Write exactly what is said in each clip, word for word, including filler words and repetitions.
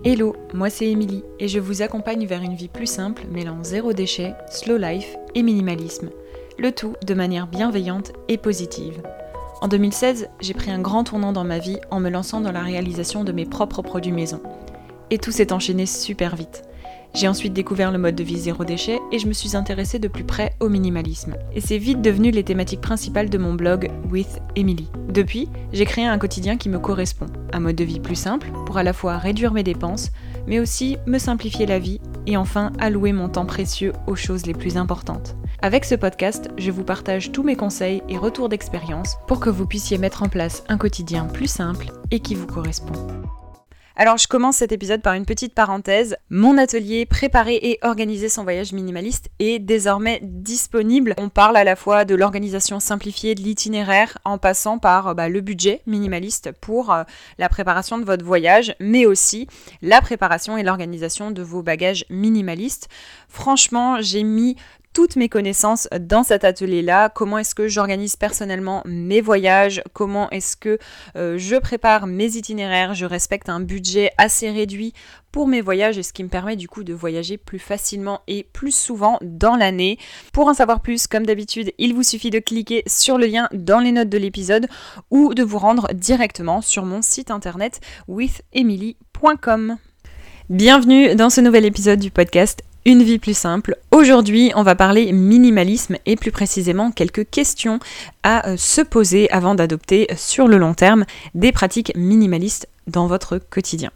Hello, moi c'est Émilie et je vous accompagne vers une vie plus simple mêlant zéro déchet, slow life et minimalisme. Le tout de manière bienveillante et positive. En deux mille seize, j'ai pris un grand tournant dans ma vie en me lançant dans la réalisation de mes propres produits maison. Et tout s'est enchaîné super vite. J'ai ensuite découvert le mode de vie zéro déchet et je me suis intéressée de plus près au minimalisme. Et c'est vite devenu les thématiques principales de mon blog With Emily. Depuis, j'ai créé un quotidien qui me correspond. Un mode de vie plus simple pour à la fois réduire mes dépenses, mais aussi me simplifier la vie et enfin allouer mon temps précieux aux choses les plus importantes. Avec ce podcast, je vous partage tous mes conseils et retours d'expérience pour que vous puissiez mettre en place un quotidien plus simple et qui vous correspond. Alors je commence cet épisode par une petite parenthèse. Mon atelier Préparer et organiser son voyage minimaliste est désormais disponible. On parle à la fois de l'organisation simplifiée de l'itinéraire en passant par bah, le budget minimaliste pour euh, la préparation de votre voyage, mais aussi la préparation et l'organisation de vos bagages minimalistes. Franchement, j'ai mis toutes mes connaissances dans cet atelier-là, comment est-ce que j'organise personnellement mes voyages, comment est-ce que euh, je prépare mes itinéraires, je respecte un budget assez réduit pour mes voyages et ce qui me permet du coup de voyager plus facilement et plus souvent dans l'année. Pour en savoir plus, comme d'habitude, il vous suffit de cliquer sur le lien dans les notes de l'épisode ou de vous rendre directement sur mon site internet with emily point com. Bienvenue dans ce nouvel épisode du podcast Une vie plus simple. Aujourd'hui, on va parler minimalisme et plus précisément quelques questions à euh, se poser avant d'adopter sur le long terme des pratiques minimalistes dans votre quotidien.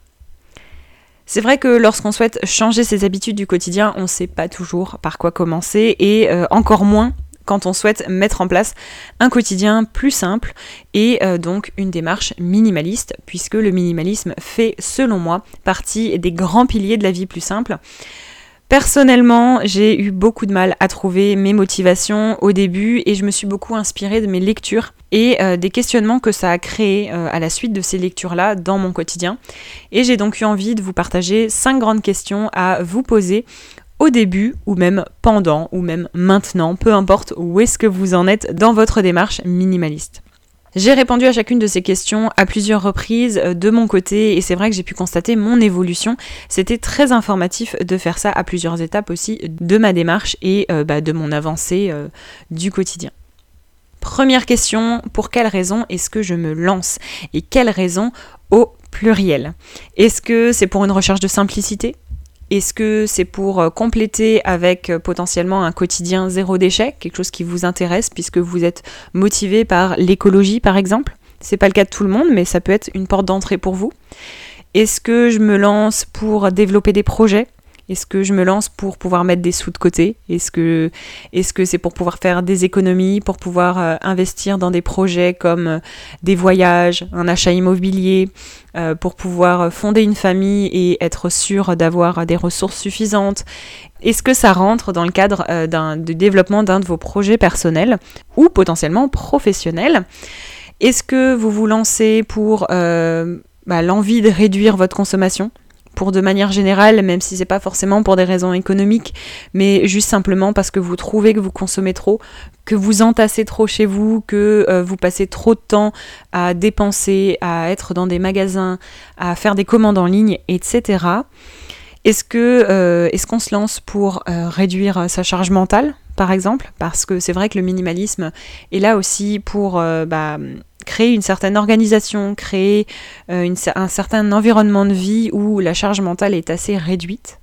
C'est vrai que lorsqu'on souhaite changer ses habitudes du quotidien, on ne sait pas toujours par quoi commencer et euh, encore moins quand on souhaite mettre en place un quotidien plus simple et euh, donc une démarche minimaliste, puisque le minimalisme fait, selon moi, partie des grands piliers de la vie plus simple. Personnellement, j'ai eu beaucoup de mal à trouver mes motivations au début et je me suis beaucoup inspirée de mes lectures et euh, des questionnements que ça a créé euh, à la suite de ces lectures-là dans mon quotidien. Et j'ai donc eu envie de vous partager cinq grandes questions à vous poser au début ou même pendant ou même maintenant, peu importe où est-ce que vous en êtes dans votre démarche minimaliste. J'ai répondu à chacune de ces questions à plusieurs reprises de mon côté et c'est vrai que j'ai pu constater mon évolution. C'était très informatif de faire ça à plusieurs étapes aussi de ma démarche et euh, bah, de mon avancée euh, du quotidien. Première question, pour quelles raisons est-ce que je me lance? Et quelles raisons au pluriel? Est-ce que c'est pour une recherche de simplicité? Est-ce que c'est pour compléter avec potentiellement un quotidien zéro déchet, quelque chose qui vous intéresse puisque vous êtes motivé par l'écologie par exemple? C'est pas le cas de tout le monde, mais ça peut être une porte d'entrée pour vous. Est-ce que je me lance pour développer des projets? Est-ce que je me lance pour pouvoir mettre des sous de côté? Est-ce que, est-ce que c'est pour pouvoir faire des économies, pour pouvoir euh, investir dans des projets comme euh, des voyages, un achat immobilier, euh, pour pouvoir fonder une famille et être sûr d'avoir des ressources suffisantes? Est-ce que ça rentre dans le cadre euh, d'un, du développement d'un de vos projets personnels ou potentiellement professionnels? Est-ce que vous vous lancez pour euh, bah, l'envie de réduire votre consommation? Pour de manière générale, même si c'est pas forcément pour des raisons économiques, mais juste simplement parce que vous trouvez que vous consommez trop, que vous entassez trop chez vous, que euh, vous passez trop de temps à dépenser, à être dans des magasins, à faire des commandes en ligne, et cetera. Est-ce que euh, est-ce qu'on se lance pour euh, réduire sa charge mentale, par exemple? Parce que c'est vrai que le minimalisme est là aussi pour euh, bah, créer une certaine organisation, créer euh, une, un certain environnement de vie où la charge mentale est assez réduite.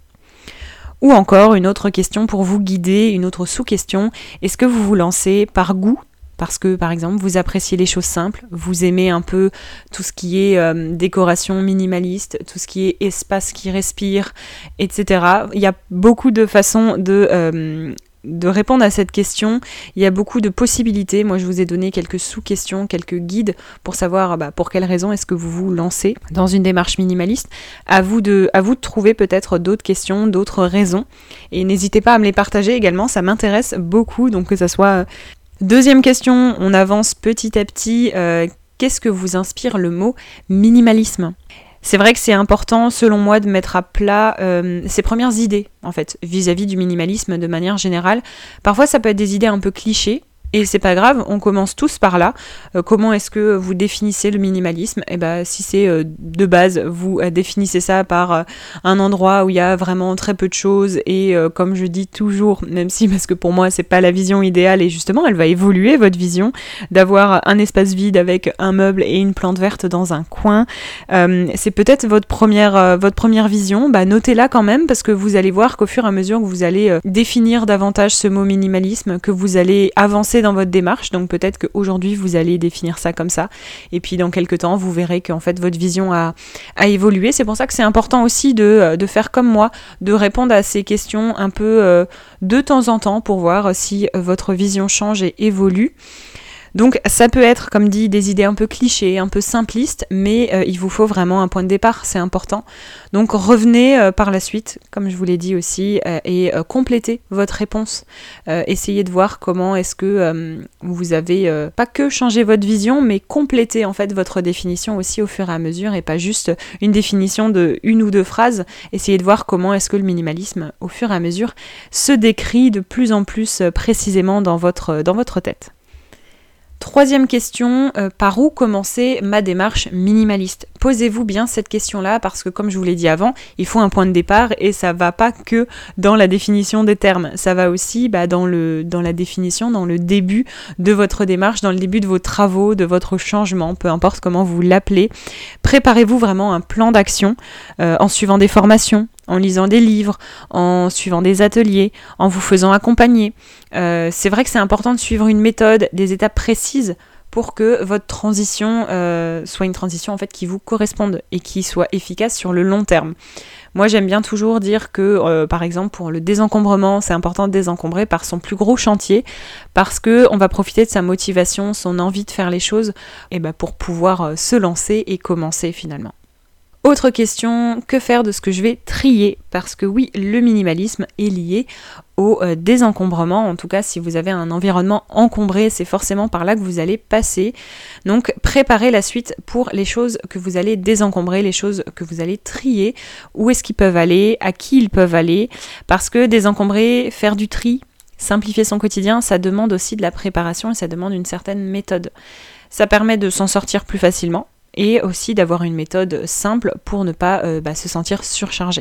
Ou encore, une autre question pour vous guider, une autre sous-question, est-ce que vous vous lancez par goût? Parce que, par exemple, vous appréciez les choses simples, vous aimez un peu tout ce qui est euh, décoration minimaliste, tout ce qui est espace qui respire, et cetera. Il y a beaucoup de façons de... Euh, de répondre à cette question, il y a beaucoup de possibilités. Moi, je vous ai donné quelques sous-questions, quelques guides pour savoir bah, pour quelles raisons est-ce que vous vous lancez dans une démarche minimaliste. À vous de, à vous de trouver peut-être d'autres questions, d'autres raisons. Et n'hésitez pas à me les partager également, ça m'intéresse beaucoup. Donc que ça soit... Deuxième question, on avance petit à petit. Euh, qu'est-ce que vous inspire le mot minimalisme ? C'est vrai que c'est important, selon moi, de mettre à plat euh, ses premières idées, en fait, vis-à-vis du minimalisme de manière générale. Parfois, ça peut être des idées un peu clichés, Et c'est pas grave, on commence tous par là. Euh, comment est-ce que vous définissez le minimalisme ? Et ben, si c'est euh, de base, vous euh, définissez ça par euh, un endroit où il y a vraiment très peu de choses et euh, comme je dis toujours, même si parce que pour moi c'est pas la vision idéale et justement elle va évoluer votre vision, d'avoir un espace vide avec un meuble et une plante verte dans un coin, euh, c'est peut-être votre première, euh, votre première vision. Bah, notez-la quand même parce que vous allez voir qu'au fur et à mesure que vous allez euh, définir davantage ce mot minimalisme, que vous allez avancer dans votre démarche, donc peut-être qu'aujourd'hui vous allez définir ça comme ça, et puis dans quelques temps vous verrez qu'en fait votre vision a, a évolué. C'est pour ça que c'est important aussi de, de faire comme moi, de répondre à ces questions un peu euh, de temps en temps pour voir si votre vision change et évolue. Donc ça peut être, comme dit, des idées un peu clichés, un peu simplistes, mais euh, il vous faut vraiment un point de départ, c'est important. Donc revenez euh, par la suite, comme je vous l'ai dit aussi, euh, et euh, complétez votre réponse. Euh, essayez de voir comment est-ce que euh, vous avez euh, pas que changé votre vision, mais complété en fait votre définition aussi au fur et à mesure, et pas juste une définition de une ou deux phrases. Essayez de voir comment est-ce que le minimalisme, au fur et à mesure, se décrit de plus en plus précisément dans votre, dans votre tête. Troisième question, euh, par où commencer ma démarche minimaliste ? Posez-vous bien cette question-là parce que comme je vous l'ai dit avant, il faut un point de départ et ça va pas que dans la définition des termes, ça va aussi bah, dans, le, dans la définition, dans le début de votre démarche, dans le début de vos travaux, de votre changement, peu importe comment vous l'appelez. Préparez-vous vraiment un plan d'action euh, en suivant des formations, en lisant des livres, en suivant des ateliers, en vous faisant accompagner. Euh, c'est vrai que c'est important de suivre une méthode, des étapes précises pour que votre transition euh, soit une transition en fait qui vous corresponde et qui soit efficace sur le long terme. Moi, j'aime bien toujours dire que, euh, par exemple, pour le désencombrement, c'est important de désencombrer par son plus gros chantier parce qu'on va profiter de sa motivation, son envie de faire les choses et ben, pour pouvoir euh, se lancer et commencer finalement. Autre question, que faire de ce que je vais trier ? Parce que oui, le minimalisme est lié au euh, désencombrement. En tout cas, si vous avez un environnement encombré, c'est forcément par là que vous allez passer. Donc, préparez la suite pour les choses que vous allez désencombrer, les choses que vous allez trier. Où est-ce qu'ils peuvent aller ? À qui ils peuvent aller ? Parce que désencombrer, faire du tri, simplifier son quotidien, ça demande aussi de la préparation et ça demande une certaine méthode. Ça permet de s'en sortir plus facilement et aussi d'avoir une méthode simple pour ne pas euh, bah, se sentir surchargé.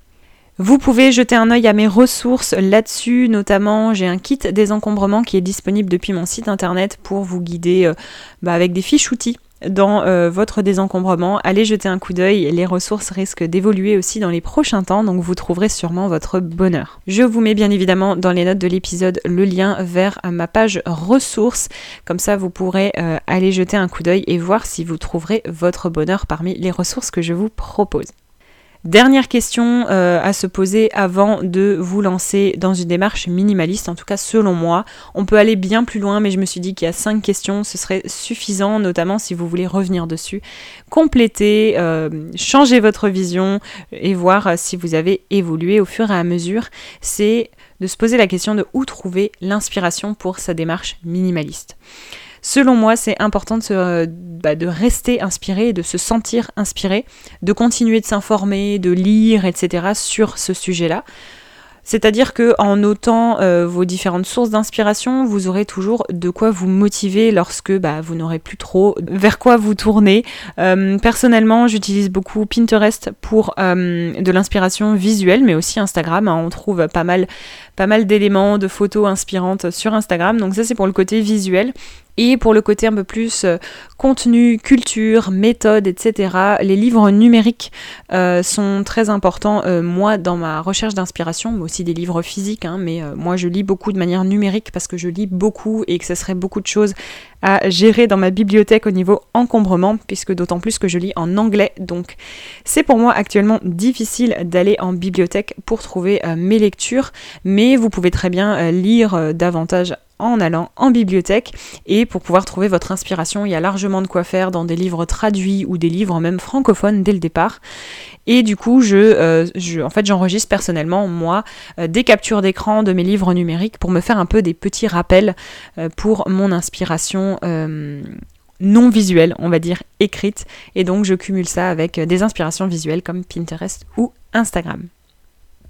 Vous pouvez jeter un œil à mes ressources là-dessus, notamment j'ai un kit désencombrement qui est disponible depuis mon site internet pour vous guider euh, bah, avec des fiches outils dans euh, votre désencombrement. Allez jeter un coup d'œil, les ressources risquent d'évoluer aussi dans les prochains temps, donc vous trouverez sûrement votre bonheur. Je vous mets bien évidemment dans les notes de l'épisode le lien vers euh, ma page ressources, comme ça vous pourrez euh, aller jeter un coup d'œil et voir si vous trouverez votre bonheur parmi les ressources que je vous propose. Dernière question euh, à se poser avant de vous lancer dans une démarche minimaliste, en tout cas selon moi. On peut aller bien plus loin, mais je me suis dit qu'il y a cinq questions, ce serait suffisant, notamment si vous voulez revenir dessus, compléter, euh, changer votre vision et voir si vous avez évolué au fur et à mesure. C'est de se poser la question de où trouver l'inspiration pour sa démarche minimaliste. Selon moi, c'est important de, se, bah, de rester inspiré, de se sentir inspiré, de continuer de s'informer, de lire, et cetera sur ce sujet-là. C'est-à-dire qu'en notant euh, vos différentes sources d'inspiration, vous aurez toujours de quoi vous motiver lorsque bah, vous n'aurez plus trop vers quoi vous tourner. Euh, personnellement, j'utilise beaucoup Pinterest pour euh, de l'inspiration visuelle, mais aussi Instagram. Hein, on trouve pas mal, pas mal d'éléments, de photos inspirantes sur Instagram. Donc ça, c'est pour le côté visuel. Et pour le côté un peu plus euh, contenu, culture, méthode, et cetera, les livres numériques euh, sont très importants, euh, moi, dans ma recherche d'inspiration, mais aussi des livres physiques, hein, mais euh, moi, je lis beaucoup de manière numérique parce que je lis beaucoup et que ça serait beaucoup de choses à gérer dans ma bibliothèque au niveau encombrement, puisque d'autant plus que je lis en anglais, donc c'est pour moi actuellement difficile d'aller en bibliothèque pour trouver euh, mes lectures, mais vous pouvez très bien euh, lire euh, davantage en allant en bibliothèque et pour pouvoir trouver votre inspiration, il y a largement de quoi faire dans des livres traduits ou des livres même francophones dès le départ. Et du coup, je, euh, je, en fait, j'enregistre personnellement, moi, euh, des captures d'écran de mes livres numériques pour me faire un peu des petits rappels euh, pour mon inspiration euh, non visuelle, on va dire écrite. Et donc, je cumule ça avec des inspirations visuelles comme Pinterest ou Instagram.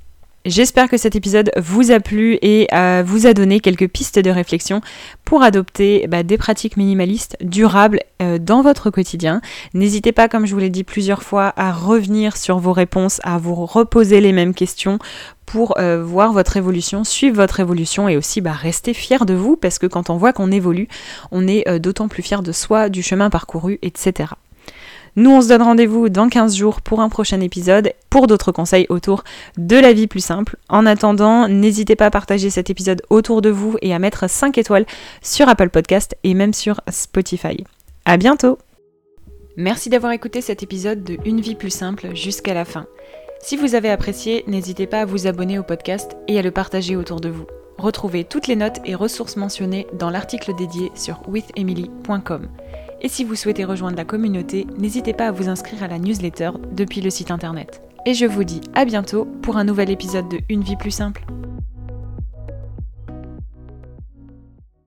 J'espère que cet épisode vous a plu et euh, vous a donné quelques pistes de réflexion pour adopter bah, des pratiques minimalistes durables euh, dans votre quotidien. N'hésitez pas, comme je vous l'ai dit plusieurs fois, à revenir sur vos réponses, à vous reposer les mêmes questions pour euh, voir votre évolution, suivre votre évolution et aussi bah, rester fier de vous, parce que quand on voit qu'on évolue, on est euh, d'autant plus fier de soi, du chemin parcouru, et cetera. Nous, on se donne rendez-vous dans quinze jours pour un prochain épisode, pour d'autres conseils autour de la vie plus simple. En attendant, n'hésitez pas à partager cet épisode autour de vous et à mettre cinq étoiles sur Apple Podcast et même sur Spotify. À bientôt! Merci d'avoir écouté cet épisode de Une vie plus simple jusqu'à la fin. Si vous avez apprécié, n'hésitez pas à vous abonner au podcast et à le partager autour de vous. Retrouvez toutes les notes et ressources mentionnées dans l'article dédié sur with emily point com. Et si vous souhaitez rejoindre la communauté, n'hésitez pas à vous inscrire à la newsletter depuis le site internet. Et je vous dis à bientôt pour un nouvel épisode de Une vie plus simple.